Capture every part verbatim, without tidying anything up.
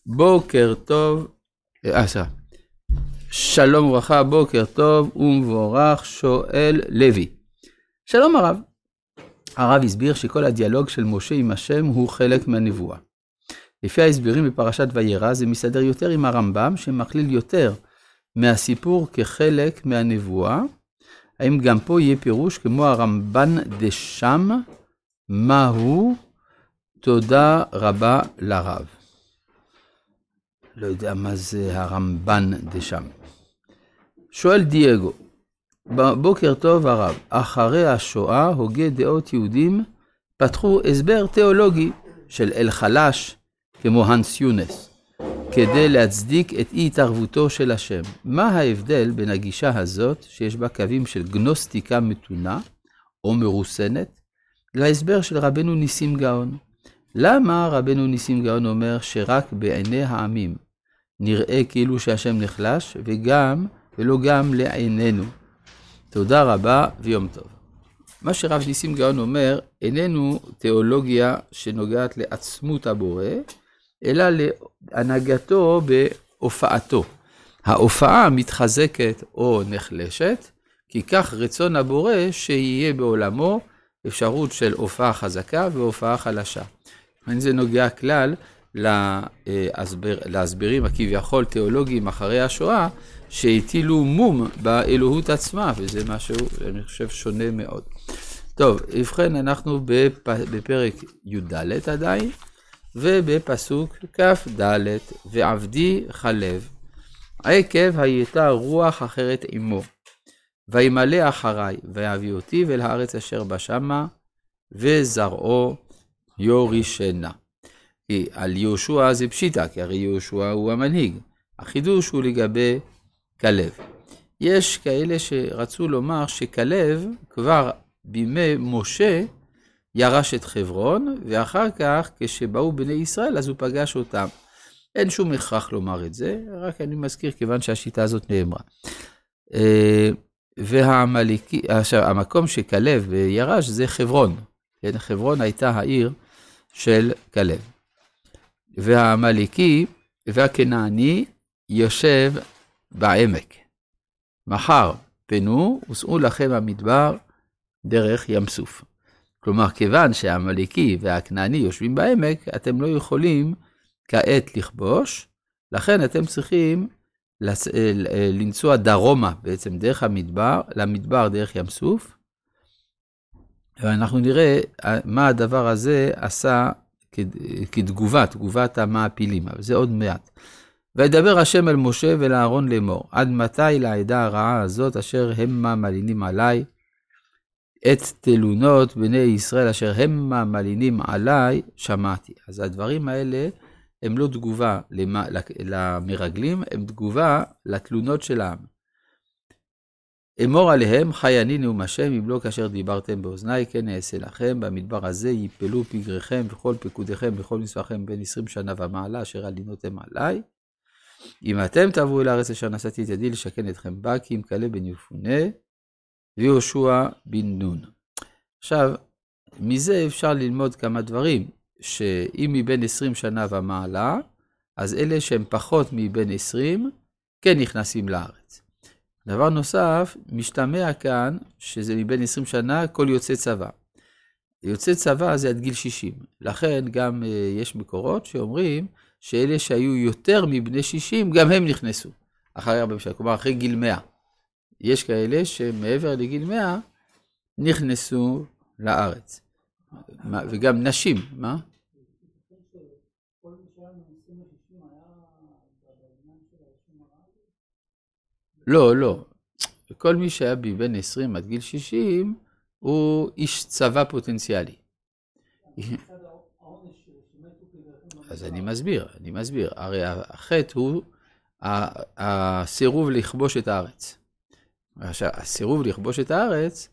בוקר טוב, אה, סליחה. שלום וברכה, בוקר טוב ומבורך, שואל לוי. שלום הרב. הרב הסביר שכל הדיאלוג של משה עם השם הוא חלק מהנבואה. לפי ההסברים בפרשת וירא זה מסתדר יותר עם הרמב"ם שמכליל יותר מהסיפור כחלק מהנבואה. האם גם פה יהיה פירוש כמו הרמב"ן דשם? מהו? תודה רבה לרב. לא יודע מה זה הרמב"ן דשם. שואל דייגו, בוקר טוב הרב, אחרי השואה הוגי דעות יהודים פתחו הסבר תיאולוגי של אל חלש כמו הנס יונס, כדי להצדיק את אי התערבותו של השם. מה ההבדל בין הגישה הזאת שיש בה קווים של גנוסטיקה מתונה או מרוסנת להסבר של רבנו ניסים גאון? למה רבנו ניסים גאון אומר שרק בעיני העמים נראה כאילו שהשם נחלש וגם ולא גם לעינינו? תודה רבה ויום טוב. מה שרב ניסים גאון אומר איננו תיאולוגיה שנוגעת לעצמות הבורא, אלא להנהגתו בהופעתו. ההופעה מתחזקת או נחלשת, כי כך רצון הבורא שיהיה בעולמו אפשרות של הופעה חזקה והופעה חלשה. זה נוגע כלל להסבר, להסברים הכביכול תיאולוגיים אחרי השואה, שהטילו מום באלוהות עצמה, וזה משהו, אני חושב, שונה מאוד. טוב, ובכן, אנחנו בפרק י"ד עדיין, ובפסוק כף ד' ועבדי חלב, עקב הייתה רוח אחרת עמו, וימלא אחריי, ויביא אותי אל הארץ אשר בשמה, וזרעו יורישנה. כי על יהושע זה פשיטה, כי הרי יהושע הוא המנהיג. החידוש הוא לגבי כלב. יש כאלה שרצו לומר שכלב כבר בימי משה ירש את חברון, ואחר כך כשבאו בני ישראל אז הוא פגש אותם. אין שום הכרח לומר את זה, רק אני מזכיר כיוון שהשיטה הזאת נאמרה. והמליקי, עכשיו, המקום שכלב ירש זה חברון. כן? חברון הייתה העיר של כלב. והמליקי והכנעני יושב בעמק. מחר פנו וסעו לכם המדבר דרך ים סוף. כלומר, כיוון שהמליקי והכנעני יושבים בעמק, אתם לא יכולים כעת לכבוש, לכן אתם צריכים לנסוע דרומה בעצם דרך המדבר, למדבר דרך ים סוף, ואנחנו נראה מה הדבר הזה עשה כתגובה, תגובת המעפילים, אבל זה עוד מעט. וידבר השם אל משה ואל אהרון לאמור, עד מתי לעדה הרעה הזאת אשר המה מלינים עליי, את תלונות בני ישראל אשר המה מלינים עליי שמעתי. אז הדברים האלה הם לא תגובה למרגלים, הם תגובה לתלונות של העם. אמור עליהם חי אני נאום השם, אם לא כאשר דיברתם באוזניי, כן אעשה לכם, במדבר הזה ייפלו פגריכם וכל פקודיכם וכל מספרכם בין עשרים שנה ומעלה אשר עלינותם עליי. אם אתם תעברו אל הארץ אשר נשאתי את ידי לשכן אתכם בה, כי אם כלב בן יפונה ויהושע בן נון. עכשיו, מזה אפשר ללמוד כמה דברים, שאם מבין עשרים שנה ומעלה, אז אלה שהם פחות מבין עשרים, כן נכנסים לארץ. דבר נוסף, משתמע כאן, שזה מבין עשרים שנה, כל יוצא צבא. יוצא צבא זה עד גיל שישים. לכן גם uh, יש מקורות שאומרים, שאלה שהיו יותר מבני שישים, גם הם נכנסו. אחרי הרבה משנה, כלומר אחרי גיל מאה. יש כאלה שמעבר לגיל מאה, נכנסו לארץ. וגם נשים, מה? לא, לא. כל מי שהיה בין עשרים עד גיל שישים, הוא איש צבא פוטנציאלי. אז אני מסביר, אני מסביר. הרי החטא הוא הסירוב לכבוש את הארץ. עכשיו, הסירוב לכבוש את הארץ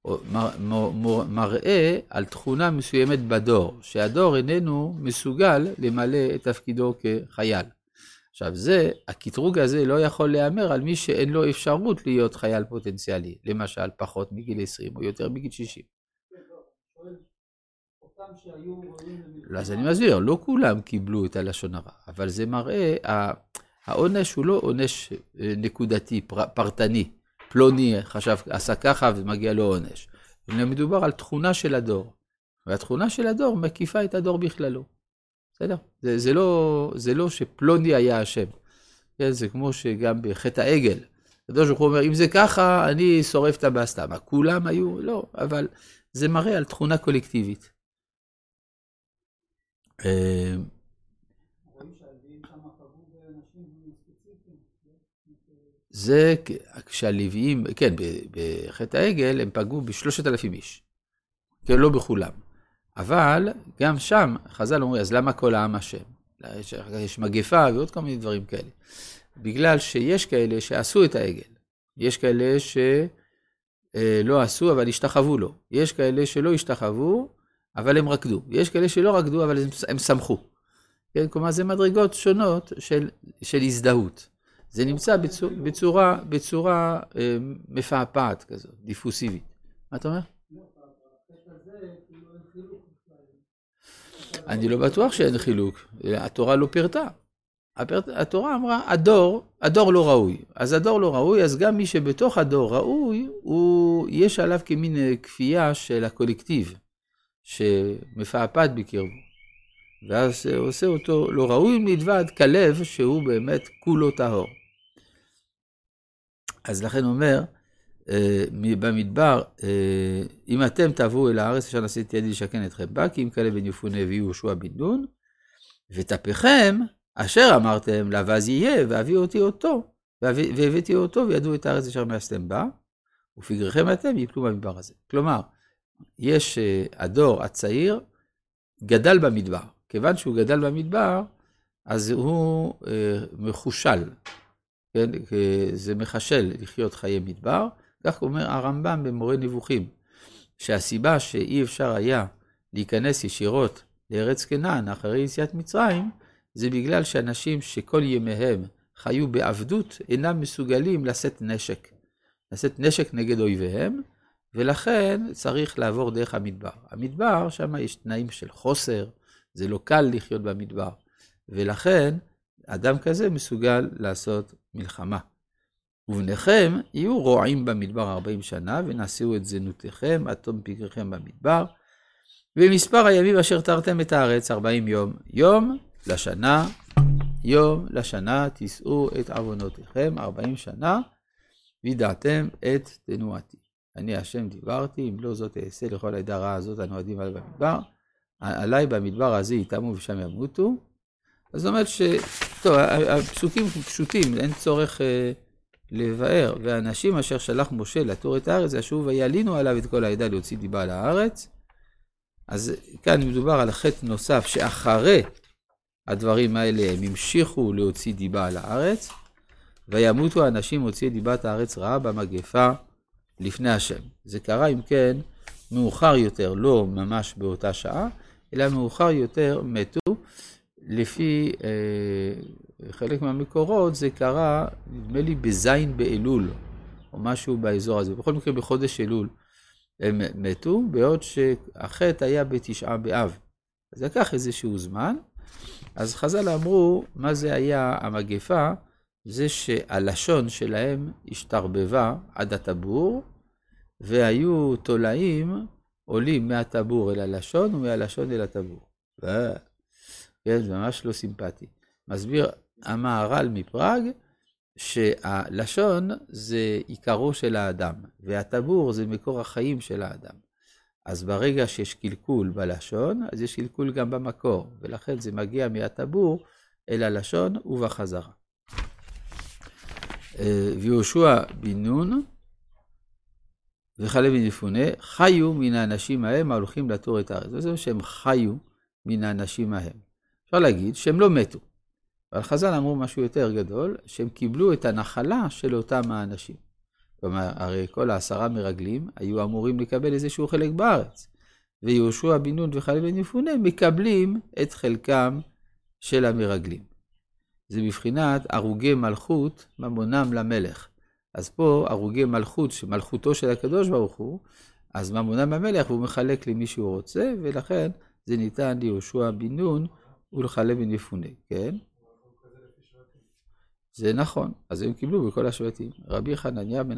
מראה על תכונה מסוימת בדור, שהדור איננו מסוגל למלא את תפקידו כחייל. עכשיו זה, הקטרוג הזה לא יכול להיאמר על מי שאין לו אפשרות להיות חייל פוטנציאלי, למשל פחות מגיל עשרים או יותר מגיל שישים. אז אני מסביר, לא כולם קיבלו את הלשון הרע, אבל זה מראה, העונש הוא לא עונש נקודתי, פרטני, פלוני חשב, עשה ככה ומגיע לו עונש. מדובר על תכונה של הדור, והתכונה של הדור מקיפה את הדור בכללו. בסדר? זה, זה, לא, זה לא שפלוני היה השם. זה כמו שגם בחטא העגל. הקדוש ברוך הוא אומר, אם זה ככה, אני שורף את הבסתא. מה, כולם היו? לא, אבל זה מראה על תכונה קולקטיבית. זה כשהלוויים, כן, בחטא העגל הם פגעו בשלושת אלפים איש. כן, לא בכולם. אבל גם שם, חז"ל אומרים, אז למה כל העם אשם? יש, יש מגפה ועוד כל מיני דברים כאלה. בגלל שיש כאלה שעשו את העגל. יש כאלה שלא עשו, אבל השתחוו לו. יש כאלה שלא השתחוו, אבל הם רקדו. יש כאלה שלא רקדו, אבל הם, הם שמחו. כן? כלומר, זה מדרגות שונות של, של הזדהות. זה נמצא בצורה, בצורה, בצורה אה, מפעפעת כזאת, דיפוסיבית. מה אתה אומר? אני לא בטוח שאין חילוק. התורה לא פרטה. התורה אמרה, הדור, הדור לא ראוי. אז הדור לא ראוי, אז גם מי שבתוך הדור ראוי, הוא, יש עליו כמין כפייה של הקולקטיב, שמפעפעת בקרבו. ואז עושה אותו לא ראוי מלבד כלב שהוא באמת כולו טהור. אז לכן אומר, במדבר, אם אתם תבואו אל הארץ אשר נשאתי ידי לשכן אתכם בה, כי אם כלב בן יפונה ויהושע בן נון, ותפיכם אשר אמרתם לבז יהיה, והביאו אותי אותו, והבאתי אותו וידעו את הארץ אשר מאסתם בה, ופגריכם אתם יפלו במדבר הזה. כלומר, יש הדור הצעיר, גדל במדבר. כיוון שהוא גדל במדבר, אז הוא מחושל. כן? זה מחשל לחיות חיי מדבר. כך אומר הרמב"ם במורה נבוכים, שהסיבה שאי אפשר היה להיכנס ישירות לארץ כנען אחרי יציאת מצרים, זה בגלל שאנשים שכל ימיהם חיו בעבדות, אינם מסוגלים לשאת נשק. לשאת נשק נגד אויביהם, ולכן צריך לעבור דרך המדבר. המדבר, שם יש תנאים של חוסר, זה לא קל לחיות במדבר, ולכן אדם כזה מסוגל לעשות מלחמה. ובניכם יהיו רועים במדבר ארבעים שנה, ונעשו את זנותיכם, עד תום פגריכם במדבר, ומספר הימים אשר תרתם את הארץ, ארבעים יום, יום לשנה, יום לשנה תישאו את עוונותיכם, ארבעים שנה, וידעתם את תנועתי. אני השם דיברתי, אם לא זאת אעשה לכל העדה הרעה הזאת הנועדים עליי במדבר, עליי במדבר הזה יתאמו ושם ימותו. אז זאת אומרת ש... טוב, הפסוקים פשוטים, אין צורך אה, לבאר, והאנשים אשר שלח משה לתור את הארץ, ישוב וילינו עליו את כל העדה להוציא דיבה על הארץ. אז כאן מדובר על חטא נוסף, שאחרי הדברים האלה הם המשיכו להוציא דיבה על הארץ, וימותו האנשים הוציאי דיבת הארץ רעה במגפה לפני השם. זה קרה אם כן מאוחר יותר, לא ממש באותה שעה, אלא מאוחר יותר מתו. לפי אה, חלק מהמקורות זה קרה, נדמה לי, בזין באלול, או משהו באזור הזה. בכל מקרה בחודש אלול הם מתו, בעוד שהחטא היה בתשעה באב. אז לקח איזשהו זמן. אז חז"ל אמרו, מה זה היה המגפה? זה שהלשון שלהם השתרבבה עד הטבור, והיו תולעים עולים מהטבור אל הלשון ומהלשון אל הטבור. זה ממש לא סימפטי. מסביר המהר"ל מפראג שהלשון זה עיקרו של האדם, והטבור זה מקור החיים של האדם. אז ברגע שיש קלקול בלשון, אז יש קלקול גם במקור, ולכן זה מגיע מהטבור אל הלשון ובחזרה. ויהושע בן נון וכלב בן יפונה חיו מן האנשים ההם ההולכים לתור את הארץ. זה שהם חיו מן האנשים ההם. אפשר להגיד שהם לא מתו. אבל חז"ל אמרו משהו יותר גדול, שהם קיבלו את הנחלה של אותם האנשים. כלומר, הרי כל העשרה מרגלים היו אמורים לקבל איזשהו חלק בארץ. ויהושע בן נון וכלב בן יפונה מקבלים את חלקם של המרגלים. זה בבחינת הרוגי מלכות ממונם למלך. אז פה הרוגי מלכות, מלכותו של הקדוש ברוך הוא, אז ממונם למלך והוא מחלק למי שהוא רוצה, ולכן זה ניתן ליהושע בן נון ולכלב בן יפונה, כן? זה נכון, אז הם קיבלו בכל השבטים. רבי חנניה בן